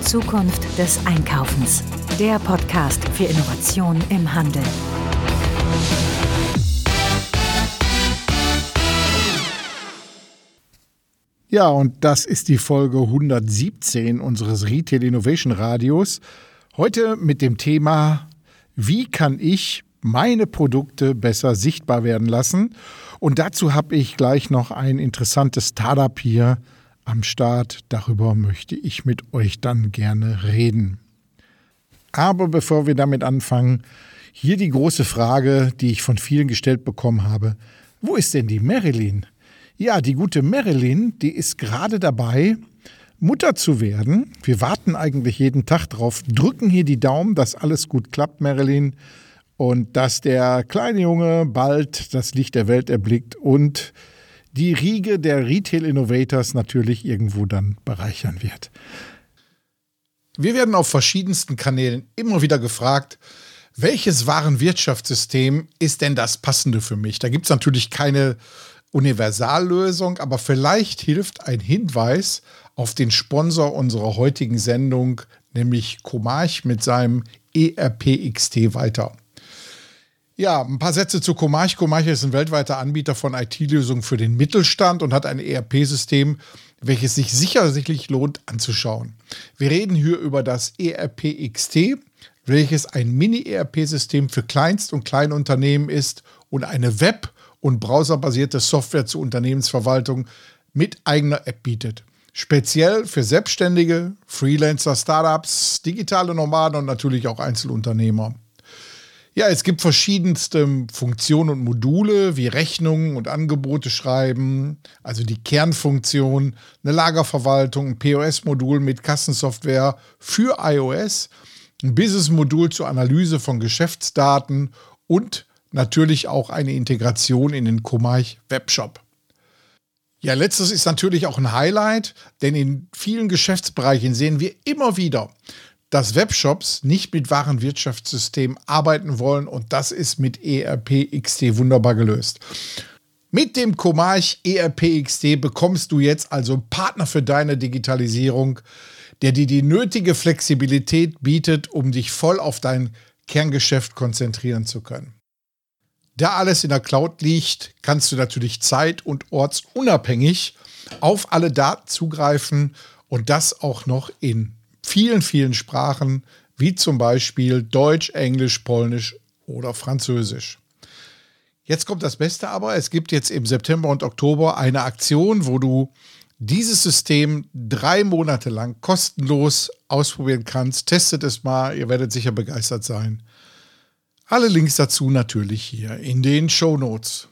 Zukunft des Einkaufens. Der Podcast für Innovation im Handel. Ja, und das ist die Folge 117 unseres Retail Innovation Radios. Heute mit dem Thema: Wie kann ich meine Produkte besser sichtbar werden lassen? Und dazu habe ich gleich noch ein interessantes Startup hier am Start. Darüber möchte ich mit euch dann gerne reden. Aber bevor wir damit anfangen, hier die große Frage, die ich von vielen gestellt bekommen habe: Wo ist denn die Marilyn? Ja, die gute Marilyn, die ist gerade dabei, Mutter zu werden. Wir warten eigentlich jeden Tag drauf, drücken hier die Daumen, dass alles gut klappt, Marilyn, und dass der kleine Junge bald das Licht der Welt erblickt und die Riege der Retail Innovators natürlich irgendwo dann bereichern wird. Wir werden auf verschiedensten Kanälen immer wieder gefragt, welches Warenwirtschaftssystem ist denn das passende für mich? Da gibt es natürlich keine Universallösung, aber vielleicht hilft ein Hinweis auf den Sponsor unserer heutigen Sendung, nämlich Comarch mit seinem ERP-XT weiter. Ja, ein paar Sätze zu Comarch. Comarch ist ein weltweiter Anbieter von IT-Lösungen für den Mittelstand und hat ein ERP-System, welches sich sicherlich lohnt anzuschauen. Wir reden hier über das ERP-XT, welches ein Mini-ERP-System für Kleinst- und Kleinunternehmen ist und eine Web- und browserbasierte Software zur Unternehmensverwaltung mit eigener App bietet. Speziell für Selbstständige, Freelancer, Startups, digitale Nomaden und natürlich auch Einzelunternehmer. Ja, es gibt verschiedenste Funktionen und Module wie Rechnungen und Angebote schreiben, also die Kernfunktion, eine Lagerverwaltung, ein POS-Modul mit Kassensoftware für iOS, ein Business-Modul zur Analyse von Geschäftsdaten und natürlich auch eine Integration in den Comarch Webshop. Ja, letztes ist natürlich auch ein Highlight, denn in vielen Geschäftsbereichen sehen wir immer wieder, dass Webshops nicht mit Warenwirtschaftssystemen arbeiten wollen, und das ist mit ERP-XT wunderbar gelöst. Mit dem Comarch ERP-XT bekommst du jetzt also Partner für deine Digitalisierung, der dir die nötige Flexibilität bietet, um dich voll auf dein Kerngeschäft konzentrieren zu können. Da alles in der Cloud liegt, kannst du natürlich zeit- und ortsunabhängig auf alle Daten zugreifen, und das auch noch in vielen, vielen Sprachen, wie zum Beispiel Deutsch, Englisch, Polnisch oder Französisch. Jetzt kommt das Beste aber: Es gibt jetzt im September und Oktober eine Aktion, wo du dieses System 3 Monate lang kostenlos ausprobieren kannst. Testet es mal, ihr werdet sicher begeistert sein. Alle Links dazu natürlich hier in den Shownotes.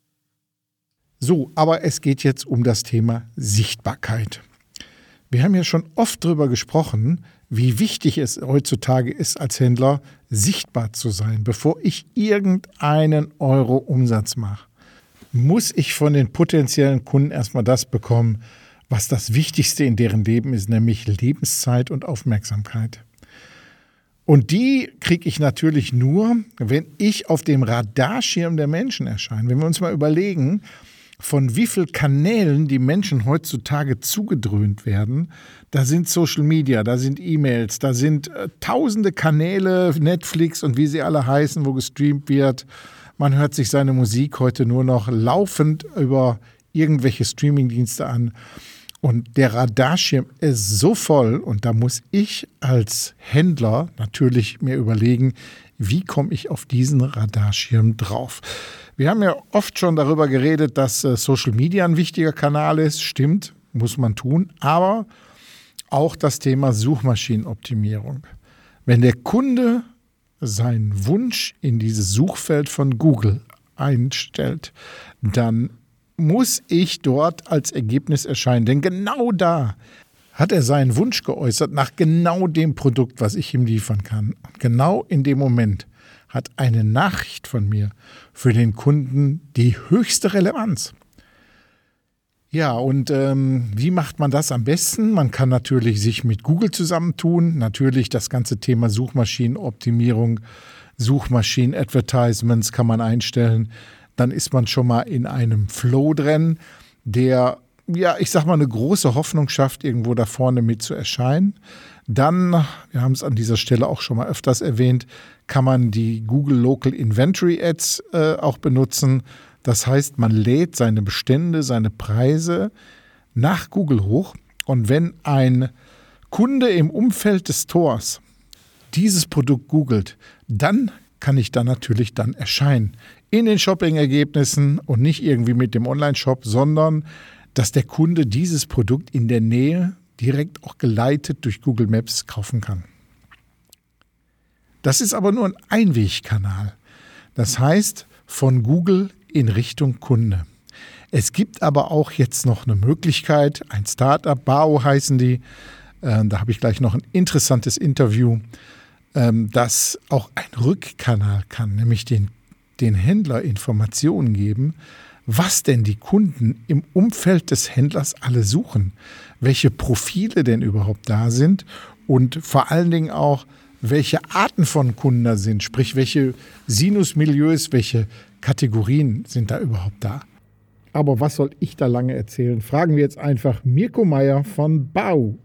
So, aber es geht jetzt um das Thema Sichtbarkeit. Wir haben ja schon oft darüber gesprochen, wie wichtig es heutzutage ist, als Händler sichtbar zu sein. Bevor ich irgendeinen Euro Umsatz mache, muss ich von den potenziellen Kunden erstmal das bekommen, was das Wichtigste in deren Leben ist, nämlich Lebenszeit und Aufmerksamkeit. Und die kriege ich natürlich nur, wenn ich auf dem Radarschirm der Menschen erscheine. Wenn wir uns mal überlegen, von wie vielen Kanälen die Menschen heutzutage zugedröhnt werden, da sind Social Media, da sind E-Mails, da sind tausende Kanäle, Netflix und wie sie alle heißen, wo gestreamt wird. Man hört sich seine Musik heute nur noch laufend über irgendwelche Streamingdienste an. Und der Radarschirm ist so voll, und da muss ich als Händler natürlich mir überlegen, wie komme ich auf diesen Radarschirm drauf. Wir haben ja oft schon darüber geredet, dass Social Media ein wichtiger Kanal ist. Stimmt, muss man tun. Aber auch das Thema Suchmaschinenoptimierung. Wenn der Kunde seinen Wunsch in dieses Suchfeld von Google einstellt, dann muss ich dort als Ergebnis erscheinen. Denn genau da hat er seinen Wunsch geäußert nach genau dem Produkt, was ich ihm liefern kann. Und genau in dem Moment hat eine Nachricht von mir für den Kunden die höchste Relevanz. Ja, und wie macht man das am besten? Man kann natürlich sich mit Google zusammentun, natürlich das ganze Thema Suchmaschinenoptimierung, Suchmaschinen-Advertisements kann man einstellen. Dann ist man schon mal in einem Flow drin, der ja, ich sag mal, eine große Hoffnung schafft, irgendwo da vorne mit zu erscheinen. Dann, wir haben es an dieser Stelle auch schon mal öfters erwähnt, kann man die Google Local Inventory Ads auch benutzen. Das heißt, man lädt seine Bestände, seine Preise nach Google hoch. Und wenn ein Kunde im Umfeld des Stores dieses Produkt googelt, dann kann ich da natürlich dann erscheinen. In den Shopping-Ergebnissen und nicht irgendwie mit dem Online-Shop, sondern dass der Kunde dieses Produkt in der Nähe direkt auch geleitet durch Google Maps kaufen kann. Das ist aber nur ein Einwegkanal. Das heißt, von Google in Richtung Kunde. Es gibt aber auch jetzt noch eine Möglichkeit, ein Startup, Bao heißen die, da habe ich gleich noch ein interessantes Interview, das auch ein Rückkanal kann, nämlich den Händler Informationen geben, was denn die Kunden im Umfeld des Händlers alle suchen, welche Profile denn überhaupt da sind und vor allen Dingen auch, welche Arten von Kunden da sind, sprich welche Sinusmilieus, welche Kategorien sind da überhaupt da. Aber was soll ich da lange erzählen? Fragen wir jetzt einfach Mirko Meyer von Bao.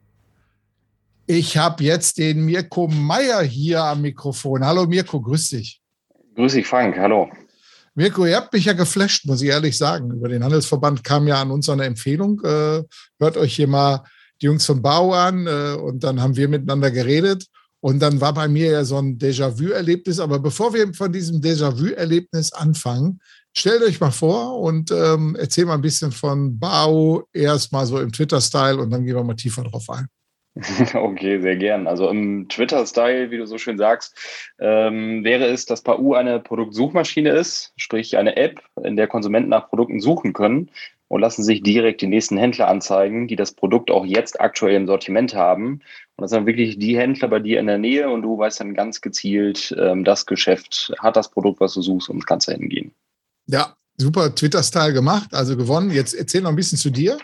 Ich habe jetzt den Mirko Meyer hier am Mikrofon. Hallo Mirko, grüß dich. Grüß dich, Frank, hallo. Mirko, ihr habt mich ja geflasht, muss ich ehrlich sagen. Über den Handelsverband kam ja an uns eine Empfehlung. Hört euch hier mal die Jungs von Bao an und dann haben wir miteinander geredet. Und dann war bei mir ja so ein Déjà-vu-Erlebnis. Aber bevor wir von diesem Déjà-vu-Erlebnis anfangen, stellt euch mal vor und erzählt mal ein bisschen von Bao, erst mal so im Twitter-Style und dann gehen wir mal tiefer drauf ein. Okay, sehr gern. Also im Twitter-Style, wie du so schön sagst, wäre es, dass Bao eine Produktsuchmaschine ist, sprich eine App, in der Konsumenten nach Produkten suchen können und lassen sich direkt die nächsten Händler anzeigen, die das Produkt auch jetzt aktuell im Sortiment haben. Und das sind dann wirklich die Händler bei dir in der Nähe und du weißt dann ganz gezielt, das Geschäft hat das Produkt, was du suchst und kannst da hingehen. Ja, super Twitter-Style gemacht, also gewonnen. Jetzt erzähl noch ein bisschen zu dir.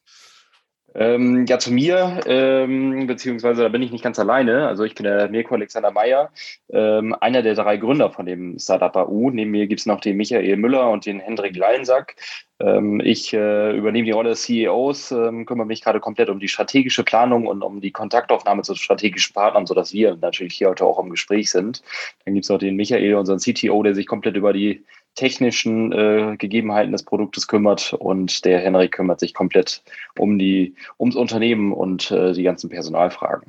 Ja, zu mir, beziehungsweise da bin ich nicht ganz alleine. Also ich bin der Mirko Alexander Meyer, einer der 3 Gründer von dem Startup Bao. Neben mir gibt es noch den Michael Müller und den Hendrik Leinsack. Ich übernehme die Rolle des CEOs, kümmere mich gerade komplett um die strategische Planung und um die Kontaktaufnahme zu strategischen Partnern, sodass wir natürlich hier heute auch im Gespräch sind. Dann gibt es noch den Michael, unseren CTO, der sich komplett über die technischen Gegebenheiten des Produktes kümmert und der Henrik kümmert sich komplett ums Unternehmen und die ganzen Personalfragen.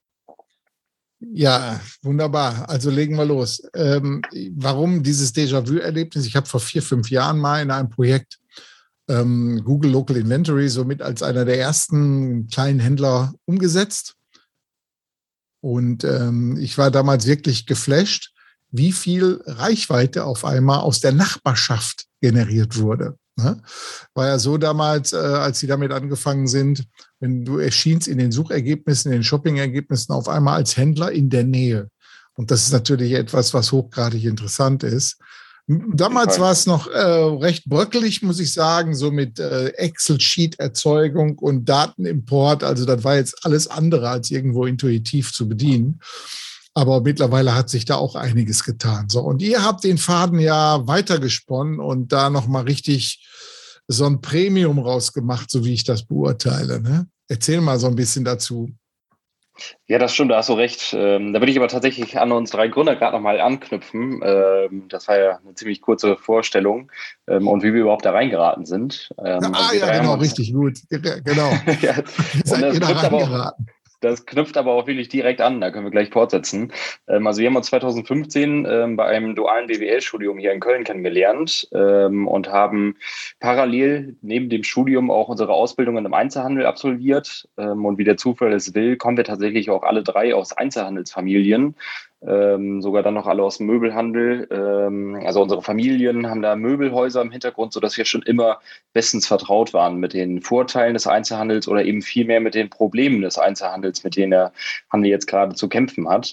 Ja, wunderbar. Also legen wir los. Warum dieses Déjà-vu-Erlebnis? Ich habe vor 4-5 Jahren mal in einem Projekt Google Local Inventory somit als einer der ersten kleinen Händler umgesetzt. Und ich war damals wirklich geflasht, wie viel Reichweite auf einmal aus der Nachbarschaft generiert wurde. Ne? War ja so damals, als sie damit angefangen sind, wenn du erschienst in den Suchergebnissen, in den Shopping-Ergebnissen auf einmal als Händler in der Nähe. Und das ist natürlich etwas, was hochgradig interessant ist. Damals war es noch recht bröckelig, muss ich sagen, so mit Excel-Sheet-Erzeugung und Datenimport. Also das war jetzt alles andere als irgendwo intuitiv zu bedienen. Aber mittlerweile hat sich da auch einiges getan. So, und ihr habt den Faden ja weitergesponnen und da nochmal richtig so ein Premium rausgemacht, so wie ich das beurteile. Ne? Erzähl mal so ein bisschen dazu. Ja, das stimmt, da hast du recht. Da will ich aber tatsächlich an uns 3 Gründer gerade nochmal anknüpfen. Das war ja eine ziemlich kurze Vorstellung und wie wir überhaupt da reingeraten sind. Ja, genau, richtig gut. Genau. Ja, Wie seid ihr da reingeraten? Das knüpft aber auch wirklich direkt an, da können wir gleich fortsetzen. Also wir haben uns 2015 bei einem dualen BWL-Studium hier in Köln kennengelernt und haben parallel neben dem Studium auch unsere Ausbildung im Einzelhandel absolviert. Und wie der Zufall es will, kommen wir tatsächlich auch alle 3 aus Einzelhandelsfamilien. Sogar dann noch alle aus dem Möbelhandel. Also unsere Familien haben da Möbelhäuser im Hintergrund, sodass wir schon immer bestens vertraut waren mit den Vorteilen des Einzelhandels oder eben viel mehr mit den Problemen des Einzelhandels, mit denen der Handel jetzt gerade zu kämpfen hat.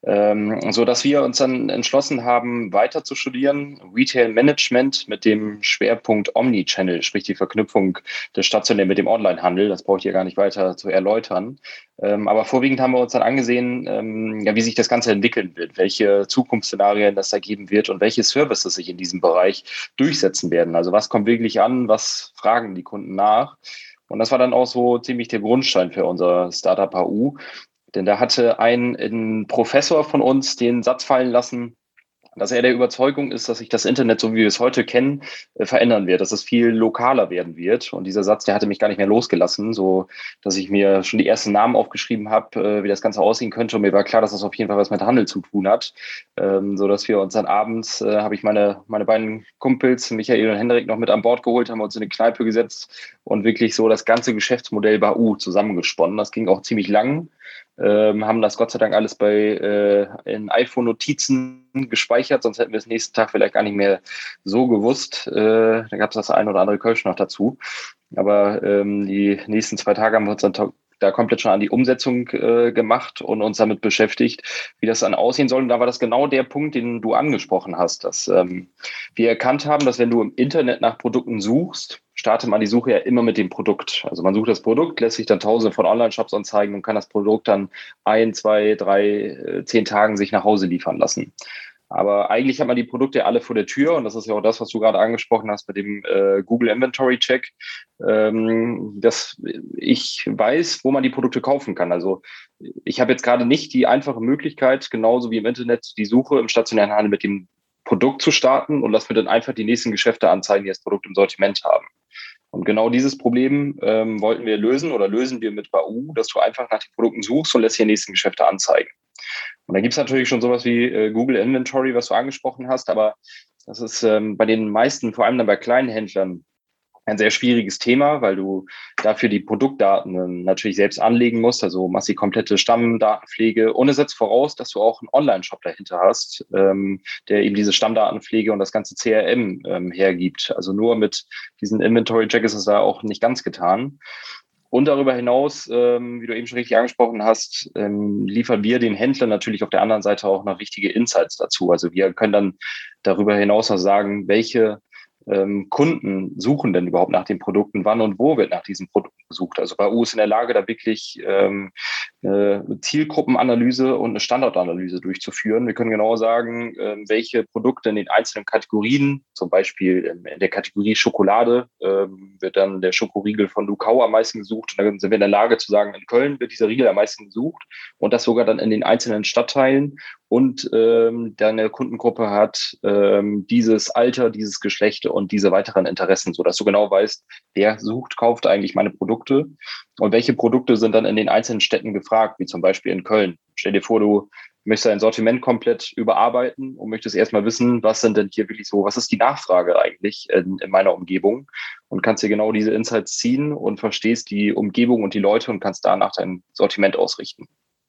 so dass wir uns dann entschlossen haben, weiter zu studieren, Retail Management mit dem Schwerpunkt Omnichannel, sprich die Verknüpfung des Stationären mit dem Onlinehandel. Das brauche ich hier gar nicht weiter zu erläutern. Aber vorwiegend haben wir uns dann angesehen, wie sich das Ganze entwickeln wird, welche Zukunftsszenarien das da geben wird und welche Services sich in diesem Bereich durchsetzen werden. Also was kommt wirklich an, was fragen die Kunden nach? Und das war dann auch so ziemlich der Grundstein für unser Startup HU. Denn da hatte ein Professor von uns den Satz fallen lassen, dass er der Überzeugung ist, dass sich das Internet, so wie wir es heute kennen, verändern wird, dass es viel lokaler werden wird. Und dieser Satz, der hatte mich gar nicht mehr losgelassen, so dass ich mir schon die ersten Namen aufgeschrieben habe, wie das Ganze aussehen könnte. Und mir war klar, dass das auf jeden Fall was mit Handel zu tun hat, so dass wir uns dann abends, habe ich meine beiden Kumpels, Michael und Hendrik, noch mit an Bord geholt, haben uns in eine Kneipe gesetzt und wirklich so das ganze Geschäftsmodell BAU zusammengesponnen. Das ging auch ziemlich lang. Haben das Gott sei Dank alles in iPhone-Notizen gespeichert, sonst hätten wir es nächsten Tag vielleicht gar nicht mehr so gewusst. Da gab es das ein oder andere Kölsch noch dazu. Aber die nächsten 2 Tage haben wir uns dann da komplett schon an die Umsetzung gemacht und uns damit beschäftigt, wie das dann aussehen soll. Und da war das genau der Punkt, den du angesprochen hast, dass wir erkannt haben, dass wenn du im Internet nach Produkten suchst, startet man die Suche ja immer mit dem Produkt. Also man sucht das Produkt, lässt sich dann tausende von Online-Shops anzeigen und kann das Produkt dann 1, 2, 3, 10 Tagen sich nach Hause liefern lassen. Aber eigentlich hat man die Produkte alle vor der Tür und das ist ja auch das, was du gerade angesprochen hast mit dem Google Inventory Check, dass ich weiß, wo man die Produkte kaufen kann. Also ich habe jetzt gerade nicht die einfache Möglichkeit, genauso wie im Internet die Suche im stationären Handel mit dem Produkt zu starten und lass mir dann einfach die nächsten Geschäfte anzeigen, die das Produkt im Sortiment haben. Und genau dieses Problem wollten wir lösen oder lösen wir mit BAU, dass du einfach nach den Produkten suchst und lässt dir die nächsten Geschäfte anzeigen. Und da gibt es natürlich schon sowas wie Google Inventory, was du angesprochen hast, aber das ist bei den meisten, vor allem dann bei kleinen Händlern, ein sehr schwieriges Thema, weil du dafür die Produktdaten natürlich selbst anlegen musst. Also machst die komplette Stammdatenpflege und es setzt voraus, dass du auch einen Online-Shop dahinter hast, der eben diese Stammdatenpflege und das ganze CRM hergibt. Also nur mit diesen Inventory-Check ist es da auch nicht ganz getan. Und darüber hinaus, wie du eben schon richtig angesprochen hast, liefern wir den Händlern natürlich auf der anderen Seite auch noch wichtige Insights dazu. Also wir können dann darüber hinaus noch sagen, welche Kunden suchen denn überhaupt nach den Produkten, wann und wo wird nach diesen Produkten gesucht. Also BAU ist in der Lage, da wirklich eine Zielgruppenanalyse und eine Standortanalyse durchzuführen. Wir können genau sagen, welche Produkte in den einzelnen Kategorien, zum Beispiel in der Kategorie Schokolade, wird dann der Schokoriegel von Lukau am meisten gesucht. Und dann sind wir in der Lage zu sagen, in Köln wird dieser Riegel am meisten gesucht und das sogar dann in den einzelnen Stadtteilen. Und deine Kundengruppe hat dieses Alter, dieses Geschlecht und diese weiteren Interessen, sodass du genau weißt, wer sucht, kauft eigentlich meine Produkte und welche Produkte sind dann in den einzelnen Städten gefragt, wie zum Beispiel in Köln. Stell dir vor, du möchtest dein Sortiment komplett überarbeiten und möchtest erstmal wissen, was sind denn hier wirklich so, was ist die Nachfrage eigentlich in meiner Umgebung und kannst dir genau diese Insights ziehen und verstehst die Umgebung und die Leute und kannst danach dein Sortiment ausrichten.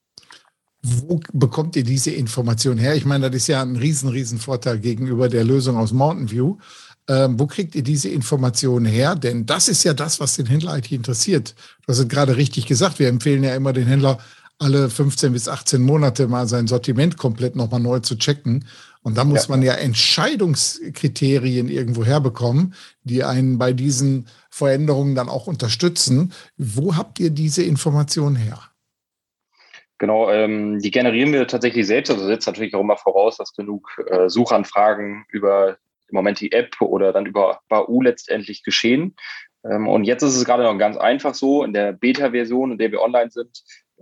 Wo bekommt ihr diese Information her? Ich meine, das ist ja ein riesen Vorteil gegenüber der Lösung aus Mountain View. Wo kriegt ihr diese Informationen her? Denn das ist ja das, was den Händler eigentlich interessiert. Du hast es gerade richtig gesagt. Wir empfehlen ja immer den Händler, alle 15 bis 18 Monate mal sein Sortiment komplett nochmal neu zu checken. Und da muss man ja Entscheidungskriterien irgendwo herbekommen, die einen bei diesen Veränderungen dann auch unterstützen. Wo habt ihr diese Informationen her? Genau, die generieren wir tatsächlich selbst. Also setzt natürlich auch immer voraus, dass genug Suchanfragen über im Moment die App oder dann über BAU letztendlich geschehen. Und jetzt ist es gerade noch ganz einfach so, in der Beta-Version, in der wir online sind,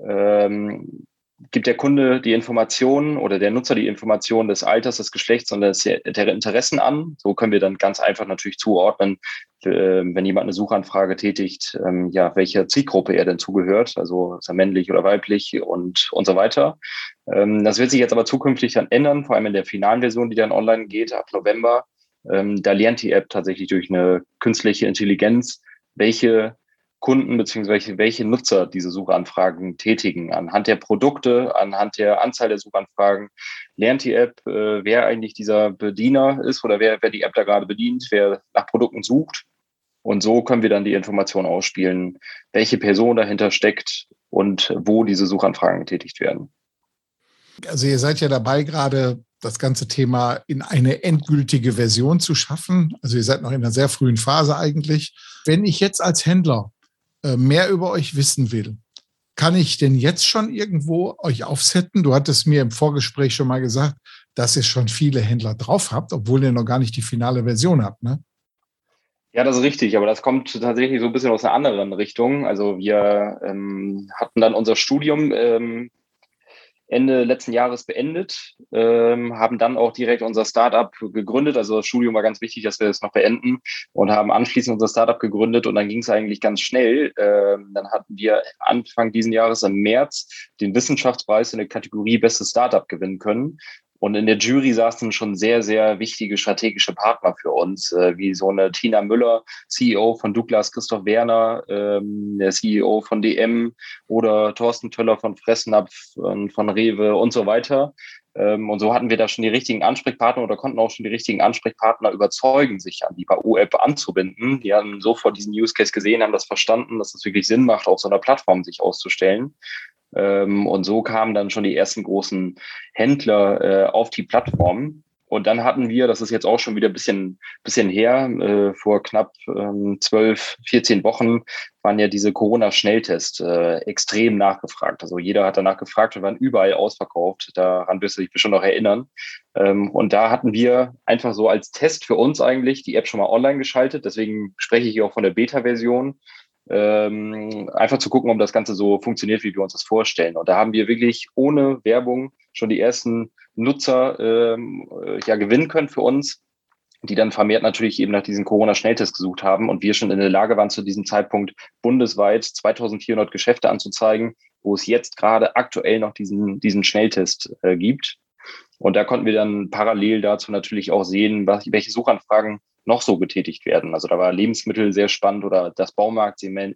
gibt der Kunde die Informationen oder der Nutzer die Informationen des Alters, des Geschlechts und der Interessen an. So können wir dann ganz einfach natürlich zuordnen, wenn jemand eine Suchanfrage tätigt, welcher Zielgruppe er denn zugehört, also ist er männlich oder weiblich und so weiter. Das wird sich jetzt aber zukünftig dann ändern, vor allem in der finalen Version, die dann online geht, ab November. Da lernt die App tatsächlich durch eine künstliche Intelligenz, welche Kunden bzw. welche Nutzer diese Suchanfragen tätigen. Anhand der Produkte, anhand der Anzahl der Suchanfragen lernt die App, wer eigentlich dieser Bediener ist oder wer die App da gerade bedient, wer nach Produkten sucht. Und so können wir dann die Information ausspielen, welche Person dahinter steckt und wo diese Suchanfragen getätigt werden. Also ihr seid ja dabei, gerade das ganze Thema in eine endgültige Version zu schaffen. Also ihr seid noch in einer sehr frühen Phase eigentlich. Wenn ich jetzt als Händler mehr über euch wissen will, kann ich denn jetzt schon irgendwo euch aufsetzen? Du hattest mir im Vorgespräch schon mal gesagt, dass ihr schon viele Händler drauf habt, obwohl ihr noch gar nicht die finale Version habt, ne? Ja, das ist richtig, aber das kommt tatsächlich so ein bisschen aus einer anderen Richtung. Also wir hatten dann unser Studium Ende letzten Jahres beendet, haben dann auch direkt unser Startup gegründet. Also das Studium war ganz wichtig, dass wir das noch beenden und haben anschließend unser Startup gegründet und dann ging es eigentlich ganz schnell. Dann hatten wir Anfang diesen Jahres im März den Wissenschaftspreis in der Kategorie Bestes Startup gewinnen können. Und in der Jury saßen schon sehr, sehr wichtige strategische Partner für uns, wie so eine Tina Müller, CEO von Douglas, Christoph Werner, der CEO von DM oder Thorsten Töller von Fressnapf und von Rewe und so weiter. Und so hatten wir da schon die richtigen Ansprechpartner oder konnten auch schon die richtigen Ansprechpartner überzeugen, sich an die BAU-App anzubinden. Die haben sofort diesen Use Case gesehen, haben das verstanden, dass es wirklich Sinn macht, auf so einer Plattform sich auszustellen. Und so kamen dann schon die ersten großen Händler auf die Plattform. Und dann hatten wir, das ist jetzt auch schon wieder ein bisschen her, vor knapp 12, 14 Wochen waren ja diese Corona-Schnelltests extrem nachgefragt. Also jeder hat danach gefragt, wir waren überall ausverkauft. Daran wirst du dich bestimmt noch erinnern. Und da hatten wir einfach so als Test für uns eigentlich die App schon mal online geschaltet. Deswegen spreche ich hier auch von der Beta-Version. Einfach zu gucken, ob das Ganze so funktioniert, wie wir uns das vorstellen. Und da haben wir wirklich ohne Werbung schon die ersten Nutzer gewinnen können für uns, die dann vermehrt natürlich eben nach diesen Corona-Schnelltests gesucht haben und wir schon in der Lage waren, zu diesem Zeitpunkt bundesweit 2400 Geschäfte anzuzeigen, wo es jetzt gerade aktuell noch diesen Schnelltest gibt. Und da konnten wir dann parallel dazu natürlich auch sehen, welche Suchanfragen noch so getätigt werden. Also da war Lebensmittel sehr spannend oder das Baumarktsegment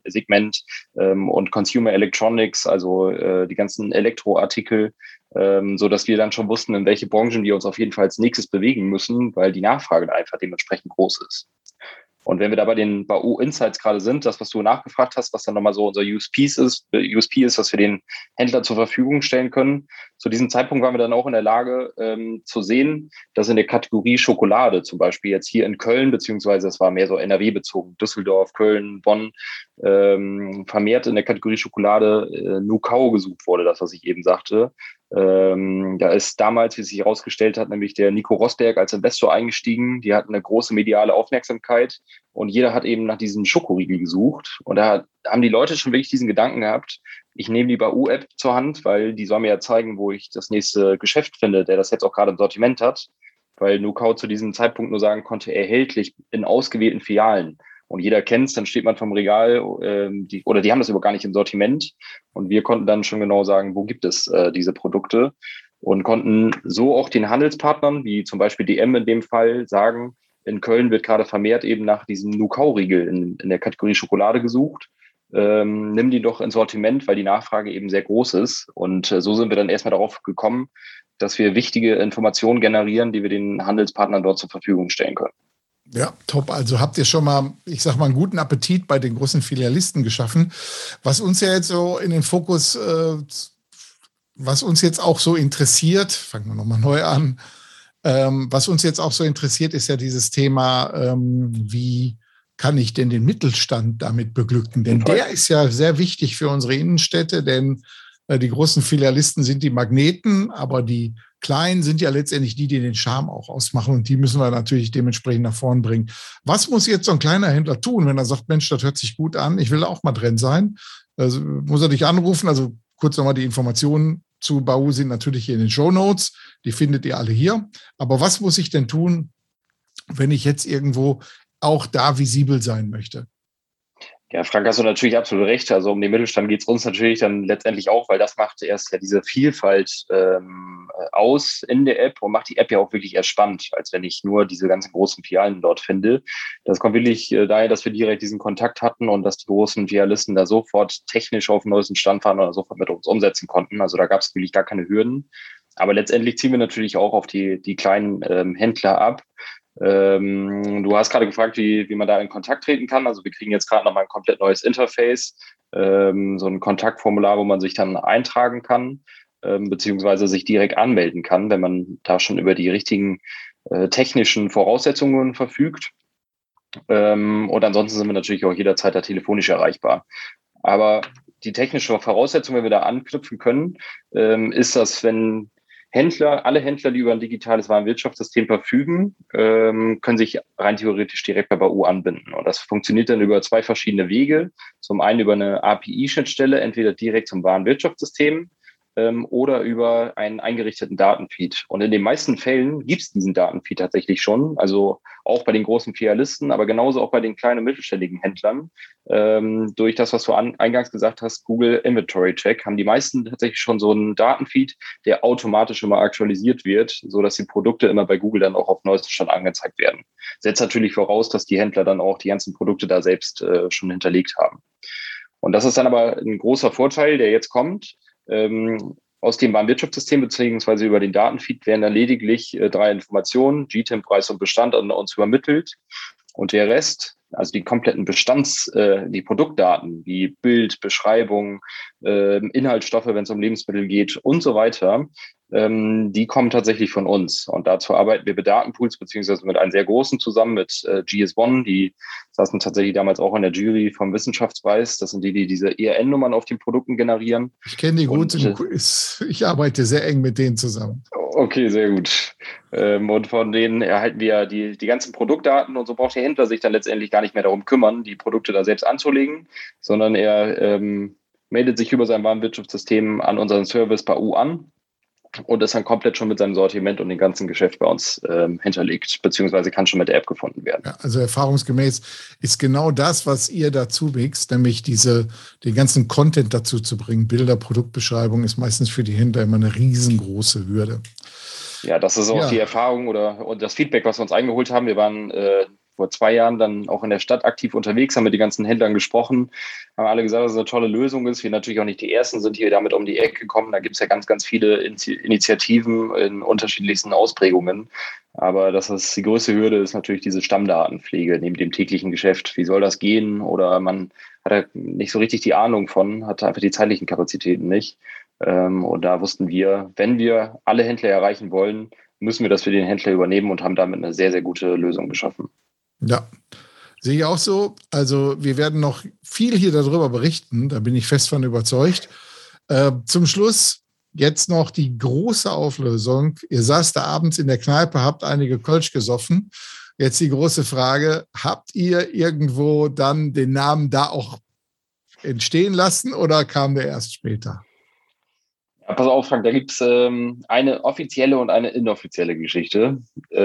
und Consumer Electronics, also die ganzen Elektroartikel, so dass wir dann schon wussten, in welche Branchen wir uns auf jeden Fall als nächstes bewegen müssen, weil die Nachfrage da einfach dementsprechend groß ist. Und wenn wir da bei den BAU Insights gerade sind, das, was du nachgefragt hast, was dann nochmal so unser USP ist, was wir den Händler zur Verfügung stellen können. Zu diesem Zeitpunkt waren wir dann auch in der Lage zu sehen, dass in der Kategorie Schokolade, zum Beispiel jetzt hier in Köln, beziehungsweise es war mehr so NRW-bezogen, Düsseldorf, Köln, Bonn, vermehrt in der Kategorie Schokolade Nukao gesucht wurde, das, was ich eben sagte. Da ist damals, wie es sich herausgestellt hat, nämlich der Nico Rosberg als Investor eingestiegen. Die hatten eine große mediale Aufmerksamkeit und jeder hat eben nach diesem Schokoriegel gesucht. Und da haben die Leute schon wirklich diesen Gedanken gehabt, ich nehme die BAU-App zur Hand, weil die soll mir ja zeigen, wo ich das nächste Geschäft finde, der das jetzt auch gerade im Sortiment hat. Weil Nukao zu diesem Zeitpunkt nur sagen konnte, erhältlich in ausgewählten Filialen. Und jeder kennt es, dann steht man vom Regal, die haben das überhaupt gar nicht im Sortiment. Und wir konnten dann schon genau sagen, wo gibt es diese Produkte und konnten so auch den Handelspartnern, wie zum Beispiel DM in dem Fall, sagen, in Köln wird gerade vermehrt eben nach diesem Nukao-Riegel in der Kategorie Schokolade gesucht. Nimm die doch ins Sortiment, weil die Nachfrage eben sehr groß ist. Und so sind wir dann erstmal darauf gekommen, dass wir wichtige Informationen generieren, die wir den Handelspartnern dort zur Verfügung stellen können. Ja, top. Also habt ihr schon mal, ich sag mal, einen guten Appetit bei den großen Filialisten geschaffen. Was uns ja jetzt so in den Fokus, was uns jetzt auch so interessiert, fangen wir nochmal neu an, was uns jetzt auch so interessiert, ist ja dieses Thema, wie kann ich denn den Mittelstand damit beglücken? Denn der ist ja sehr wichtig für unsere Innenstädte, denn die großen Filialisten sind die Magneten, aber die Kleinen sind ja letztendlich die den Charme auch ausmachen und die müssen wir natürlich dementsprechend nach vorn bringen. Was muss jetzt so ein kleiner Händler tun, wenn er sagt, Mensch, das hört sich gut an, ich will auch mal drin sein? Also muss er dich anrufen? Also kurz nochmal die Informationen zu BAU sind natürlich hier in den Shownotes, die findet ihr alle hier. Aber was muss ich denn tun, wenn ich jetzt irgendwo auch da visibel sein möchte? Ja, Frank, hast du natürlich absolut recht. Also um den Mittelstand geht es uns natürlich dann letztendlich auch, weil das macht erst ja diese Vielfalt aus in der App und macht die App ja auch wirklich erst spannend, als wenn ich nur diese ganzen großen Filialen dort finde. Das kommt wirklich daher, dass wir direkt diesen Kontakt hatten und dass die großen Filialisten da sofort technisch auf den neuesten Stand fahren oder sofort mit uns umsetzen konnten. Also da gab es wirklich gar keine Hürden. Aber letztendlich ziehen wir natürlich auch auf die kleinen Händler ab. Du hast gerade gefragt, wie man da in Kontakt treten kann. Also wir kriegen jetzt gerade nochmal ein komplett neues Interface, so ein Kontaktformular, wo man sich dann eintragen kann. beziehungsweise sich direkt anmelden kann, wenn man da schon über die richtigen technischen Voraussetzungen verfügt. Und ansonsten sind wir natürlich auch jederzeit da telefonisch erreichbar. Aber die technische Voraussetzung, wenn wir da anknüpfen können, ist, dass wenn alle Händler, die über ein digitales Warenwirtschaftssystem verfügen, können sich rein theoretisch direkt bei BAU anbinden. Und das funktioniert dann über 2 verschiedene Wege. Zum einen über eine API-Schnittstelle, entweder direkt zum Warenwirtschaftssystem oder über einen eingerichteten Datenfeed. Und in den meisten Fällen gibt es diesen Datenfeed tatsächlich schon, also auch bei den großen Filialisten, aber genauso auch bei den kleinen und mittelständigen Händlern. Durch das, was du eingangs gesagt hast, Google Inventory Check, haben die meisten tatsächlich schon so einen Datenfeed, der automatisch immer aktualisiert wird, sodass die Produkte immer bei Google dann auch auf neuesten Stand angezeigt werden. Setzt natürlich voraus, dass die Händler dann auch die ganzen Produkte da selbst schon hinterlegt haben. Und das ist dann aber ein großer Vorteil, der jetzt kommt. Aus dem Warenwirtschaftssystem beziehungsweise über den Datenfeed werden dann lediglich 3 Informationen, GTIM, Preis und Bestand, an uns übermittelt. Und der Rest, also die kompletten die Produktdaten wie Bild, Beschreibung, Inhaltsstoffe, wenn es um Lebensmittel geht und so weiter, die kommen tatsächlich von uns. Und dazu arbeiten wir mit Datenpools beziehungsweise mit einem sehr großen zusammen, mit GS1. Die saßen tatsächlich damals auch in der Jury vom Wissenschaftspreis. Das sind die diese ERN-Nummern auf den Produkten generieren. Ich kenne die gut. Ich arbeite sehr eng mit denen zusammen. Okay, sehr gut. Und von denen erhalten wir die ganzen Produktdaten und so braucht der Händler sich dann letztendlich gar nicht mehr darum kümmern, die Produkte da selbst anzulegen, sondern er meldet sich über sein Warenwirtschaftssystem an unseren Service BAU an und ist dann komplett schon mit seinem Sortiment und dem ganzen Geschäft bei uns hinterlegt, beziehungsweise kann schon mit der App gefunden werden. Ja, also erfahrungsgemäß ist genau das, was ihr dazu mixt, nämlich den ganzen Content dazu zu bringen. Bilder, Produktbeschreibung ist meistens für die Händler immer eine riesengroße Hürde. Ja, das ist auch die Erfahrung und das Feedback, was wir uns eingeholt haben. Wir waren vor 2 Jahren dann auch in der Stadt aktiv unterwegs, haben mit den ganzen Händlern gesprochen, haben alle gesagt, dass es eine tolle Lösung ist. Wir natürlich auch nicht die Ersten sind hier damit um die Ecke gekommen. Da gibt es ja ganz, ganz viele Initiativen in unterschiedlichsten Ausprägungen. Aber die größte Hürde ist natürlich diese Stammdatenpflege neben dem täglichen Geschäft. Wie soll das gehen? Oder man hat ja nicht so richtig die Ahnung von, hat einfach die zeitlichen Kapazitäten nicht. Und da wussten wir, wenn wir alle Händler erreichen wollen, müssen wir das für den Händler übernehmen und haben damit eine sehr, sehr gute Lösung geschaffen. Ja, sehe ich auch so. Also wir werden noch viel hier darüber berichten, da bin ich fest von überzeugt. Zum Schluss jetzt noch die große Auflösung. Ihr saßt da abends in der Kneipe, habt einige Kölsch gesoffen. Jetzt die große Frage, habt ihr irgendwo dann den Namen da auch entstehen lassen oder kam der erst später? Ja, pass auf, Frank, da gibt es eine offizielle und eine inoffizielle Geschichte.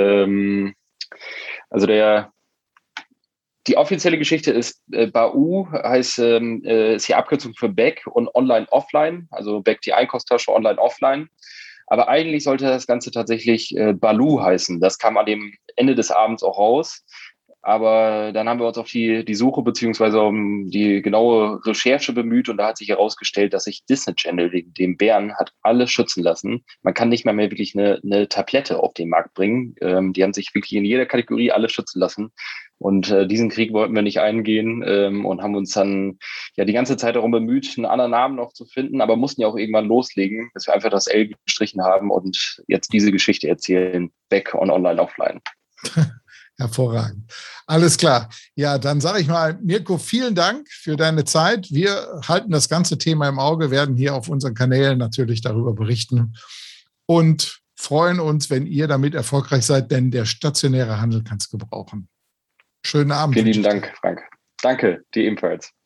Die offizielle Geschichte ist, BAU heißt, ist die Abkürzung für Back und Online-Offline, also Back die Einkaufstasche, Online-Offline. Aber eigentlich sollte das Ganze tatsächlich Baloo heißen. Das kam an dem Ende des Abends auch raus. Aber dann haben wir uns auf die Suche beziehungsweise um die genaue Recherche bemüht und da hat sich herausgestellt, dass sich Disney Channel wegen dem Bären hat alles schützen lassen. Man kann nicht mehr wirklich eine Tablette auf den Markt bringen. Die haben sich wirklich in jeder Kategorie alles schützen lassen. Und diesen Krieg wollten wir nicht eingehen und haben uns dann ja die ganze Zeit darum bemüht, einen anderen Namen noch zu finden, aber mussten ja auch irgendwann loslegen, bis wir einfach das L gestrichen haben und jetzt diese Geschichte erzählen, Back on Online Offline. Hervorragend. Alles klar. Ja, dann sage ich mal, Mirko, vielen Dank für deine Zeit. Wir halten das ganze Thema im Auge, werden hier auf unseren Kanälen natürlich darüber berichten und freuen uns, wenn ihr damit erfolgreich seid, denn der stationäre Handel kann es gebrauchen. Schönen Abend. Vielen lieben Dank, Frank. Danke, dir ebenfalls.